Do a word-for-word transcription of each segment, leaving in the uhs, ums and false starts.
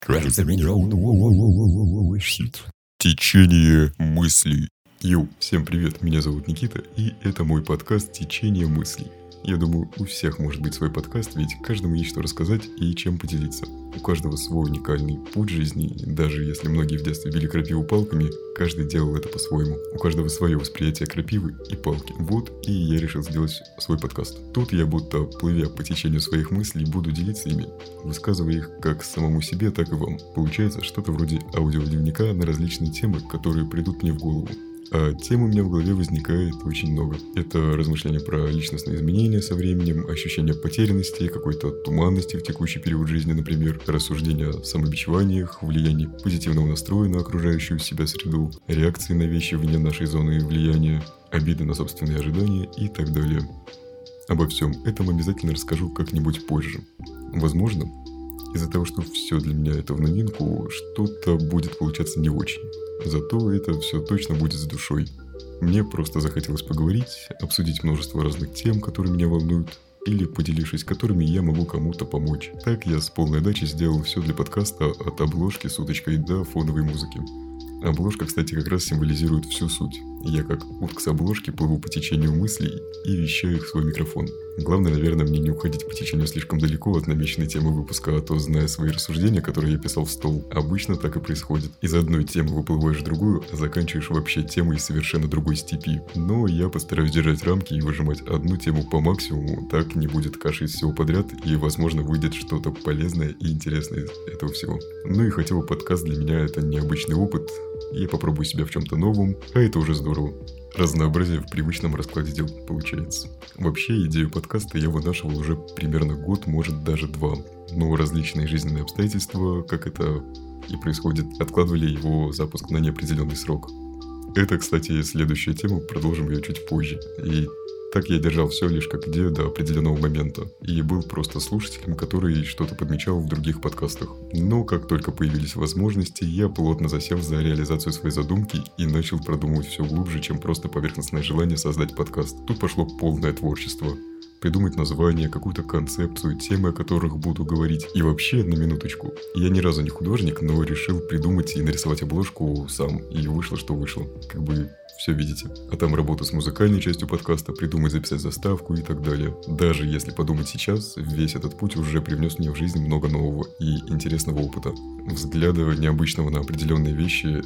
Течение мыслей. Йоу, всем привет, меня зовут Никита, и это мой подкаст «Течение мыслей». Я думаю, у всех может быть свой подкаст, ведь каждому есть что рассказать и чем поделиться. У каждого свой уникальный путь жизни, и даже если многие в детстве били крапиву палками, каждый делал это по-своему. У каждого свое восприятие крапивы и палки. Вот и я решил сделать свой подкаст. Тут я, будто плывя по течению своих мыслей, буду делиться ими, высказывая их как самому себе, так и вам. Получается что-то вроде аудиодневника на различные темы, которые придут мне в голову. А тем у меня в голове возникает очень много. Это размышления про личностные изменения со временем, ощущение потерянности, какой-то туманности в текущий период жизни, например, рассуждения о самобичеваниях, влиянии позитивного настроя на окружающую себя среду, реакции на вещи вне нашей зоны влияния, обиды на собственные ожидания и так далее. Обо всем этом обязательно расскажу как-нибудь позже. Возможно, из-за того, что все для меня это в новинку, что-то будет получаться не очень. Зато это все точно будет с душой. Мне просто захотелось поговорить, обсудить множество разных тем, которые меня волнуют, или поделившись которыми я могу кому-то помочь. Так я с полной отдачей сделал все для подкаста от обложки с уточкой до фоновой музыки. Обложка, кстати, как раз символизирует всю суть. Я как утка с обложки плыву по течению мыслей и вещаю их в свой микрофон. Главное, наверное, мне не уходить по течению слишком далеко от намеченной темы выпуска, а то, зная свои рассуждения, которые я писал в стол, обычно так и происходит. Из одной темы выплываешь в другую, а заканчиваешь вообще темой из совершенно другой степи. Но я постараюсь держать рамки и выжимать одну тему по максимуму, так не будет каши из всего подряд и, возможно, выйдет что-то полезное и интересное из этого всего. Ну и хотя бы подкаст для меня это необычный опыт, я попробую себя в чем-то новом, а это уже здорово. Разнообразие в привычном раскладе дел получается. Вообще, идею подкаста я вынашивал уже примерно год, может даже два. Но различные жизненные обстоятельства, как это и происходит, откладывали его запуск на неопределенный срок. Это, кстати, следующая тема, продолжим ее чуть позже. И так я держал все лишь как идею до определенного момента. И был просто слушателем, который что-то подмечал в других подкастах. Но как только появились возможности, я плотно засел за реализацию своей задумки и начал продумывать все глубже, чем просто поверхностное желание создать подкаст. Тут пошло полное творчество. Придумать название, какую-то концепцию, темы, о которых буду говорить. И вообще, на минуточку, я ни разу не художник, но решил придумать и нарисовать обложку сам. И вышло, что вышло. Как бы все видите. А там работа с музыкальной частью подкаста, придумать, записать заставку и так далее. Даже если подумать сейчас, весь этот путь уже привнес мне в жизнь много нового и интересного опыта. Взгляда необычного на определенные вещи,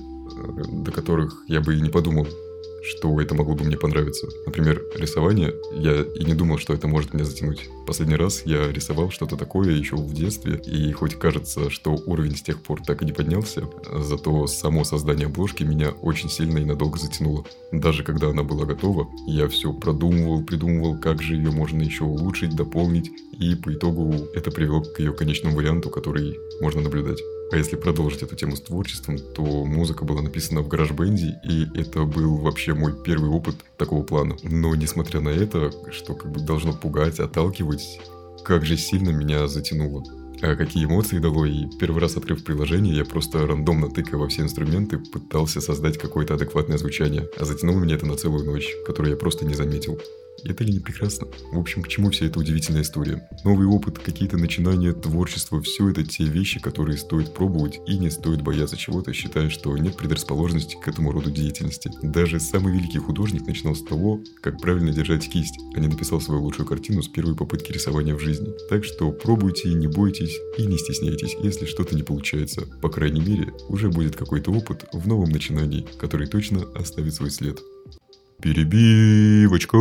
до которых я бы и не подумал, что это могло бы мне понравиться. Например, рисование. Я и не думал, что это может меня затянуть. Последний раз я рисовал что-то такое еще в детстве, и хоть кажется, что уровень с тех пор так и не поднялся, зато само создание обложки меня очень сильно и надолго затянуло. Даже когда она была готова, я все продумывал, придумывал, как же ее можно еще улучшить, дополнить, и по итогу это привело к ее конечному варианту, который можно наблюдать. А если продолжить эту тему с творчеством, то музыка была написана в GarageBand, и это был вообще мой первый опыт такого плана. Но несмотря на это, что как бы должно пугать, отталкивать, как же сильно меня затянуло. А какие эмоции дало, и первый раз открыв приложение, я просто рандомно тыкая во все инструменты, пытался создать какое-то адекватное звучание. А затянуло меня это на целую ночь, которую я просто не заметил. Это ли не прекрасно? В общем, к чему вся эта удивительная история? Новый опыт, какие-то начинания, творчество – все это те вещи, которые стоит пробовать и не стоит бояться чего-то, считая, что нет предрасположенности к этому роду деятельности. Даже самый великий художник начинал с того, как правильно держать кисть, а не написал свою лучшую картину с первой попытки рисования в жизни. Так что пробуйте, не бойтесь и не стесняйтесь, если что-то не получается. По крайней мере, уже будет какой-то опыт в новом начинании, который точно оставит свой след. Перебивочка.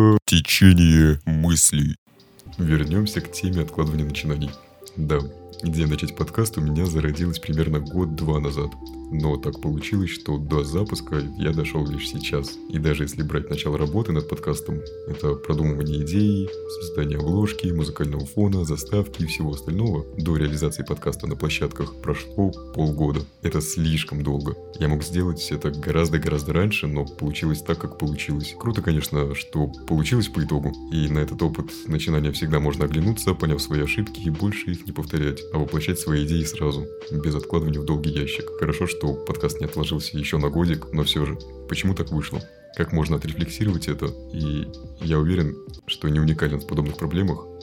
Течение мыслей. Вернемся к теме откладывания начинаний. Да, идея начать подкаст у меня зародилась примерно год-два назад. Но так получилось, что до запуска я дошел лишь сейчас. И даже если брать начало работы над подкастом, это продумывание идеи, создание обложки, музыкального фона, заставки и всего остального, до реализации подкаста на площадках прошло полгода. Это слишком долго. Я мог сделать это гораздо-гораздо раньше, но получилось так, как получилось. Круто, конечно, что получилось по итогу. И на этот опыт начинания всегда можно оглянуться, поняв свои ошибки и больше их не повторять, а воплощать свои идеи сразу, без откладывания в долгий ящик. Хорошо, что что подкаст не отложился еще на годик, но все же, почему так вышло? Как можно отрефлексировать это? И я уверен, что не уникален в подобных проблемах.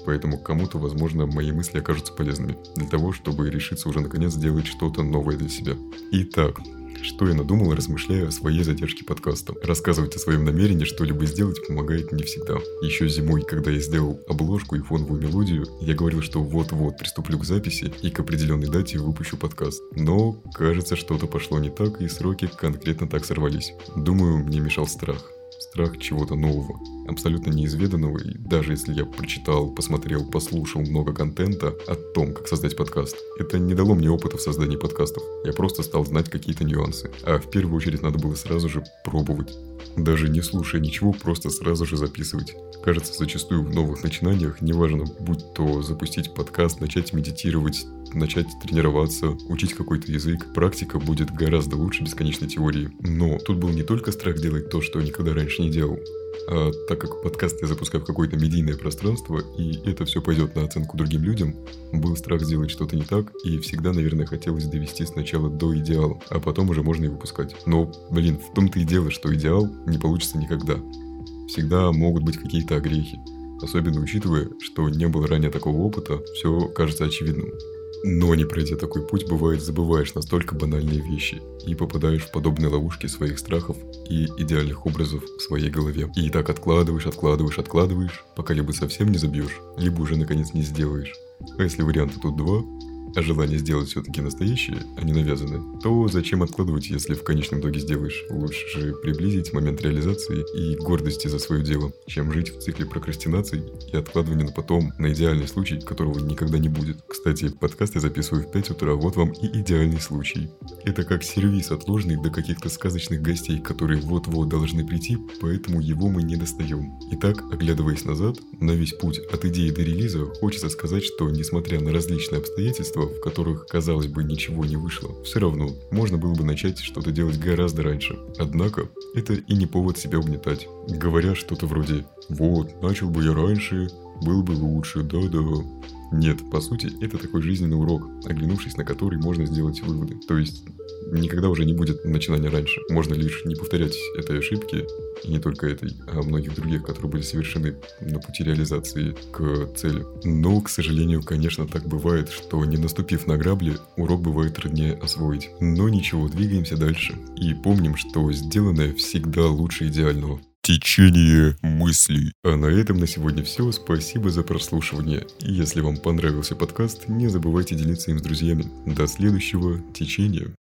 Поэтому кому-то, возможно, мои мысли окажутся полезными для того, чтобы решиться уже наконец сделать что-то новое для себя. Итак, что я надумал, размышляя о своей задержке подкаста. Рассказывать о своем намерении что-либо сделать помогает не всегда. Еще зимой, когда я сделал обложку и фоновую мелодию, я говорил, что вот-вот приступлю к записи и к определенной дате выпущу подкаст. Но, кажется, что-то пошло не так, и сроки конкретно так сорвались. Думаю, мне мешал страх. Страх чего-то нового, абсолютно неизведанного, и даже если я прочитал, посмотрел, послушал много контента о том, как создать подкаст, это не дало мне опыта в создании подкастов. Я просто стал знать какие-то нюансы, а в первую очередь надо было сразу же пробовать. Даже не слушая ничего, просто сразу же записывать. Кажется, зачастую в новых начинаниях, неважно, будь то запустить подкаст, начать медитировать, начать тренироваться, учить какой-то язык, практика будет гораздо лучше бесконечной теории. Но тут был не только страх делать то, что я никогда раньше не делал, а так как подкаст я запускаю в какое-то медийное пространство, и это все пойдет на оценку другим людям, был страх сделать что-то не так, и всегда, наверное, хотелось довести сначала до идеала, а потом уже можно и выпускать. Но, блин, в том-то и дело, что идеал не получится никогда. Всегда могут быть какие-то огрехи. Особенно учитывая, что не было ранее такого опыта, все кажется очевидным. Но не пройдя такой путь, бывает, забываешь настолько банальные вещи и попадаешь в подобные ловушки своих страхов и идеальных образов в своей голове. И так откладываешь, откладываешь, откладываешь, пока либо совсем не забьешь, либо уже наконец не сделаешь. А если варианты тут два, а желание сделать все-таки настоящее, а не навязанное, то зачем откладывать, если в конечном итоге сделаешь? Лучше же приблизить момент реализации и гордости за свое дело, чем жить в цикле прокрастинаций и откладывания на потом, на идеальный случай, которого никогда не будет. Кстати, подкаст я записываю в пять утра, вот вам и идеальный случай. Это как сервис отложенный до каких-то сказочных гостей, которые вот-вот должны прийти, поэтому его мы не достаем. Итак, оглядываясь назад, на весь путь от идеи до релиза, хочется сказать, что несмотря на различные обстоятельства, в которых, казалось бы, ничего не вышло, все равно можно было бы начать что-то делать гораздо раньше. Однако, это и не повод себя угнетать, говоря что-то вроде «Вот, начал бы я раньше, было бы лучше, да-да». Нет, по сути, это такой жизненный урок, оглянувшись на который можно сделать выводы. То есть, никогда уже не будет начинания раньше. Можно лишь не повторять этой ошибки, и не только этой, а многих других, которые были совершены на пути реализации к цели. Но, к сожалению, конечно, так бывает, что не наступив на грабли, урок бывает труднее освоить. Но ничего, двигаемся дальше. И помним, что сделанное всегда лучше идеального. Течение мыслей. А на этом на сегодня все. Спасибо за прослушивание. И если вам понравился подкаст, не забывайте делиться им с друзьями. До следующего течения.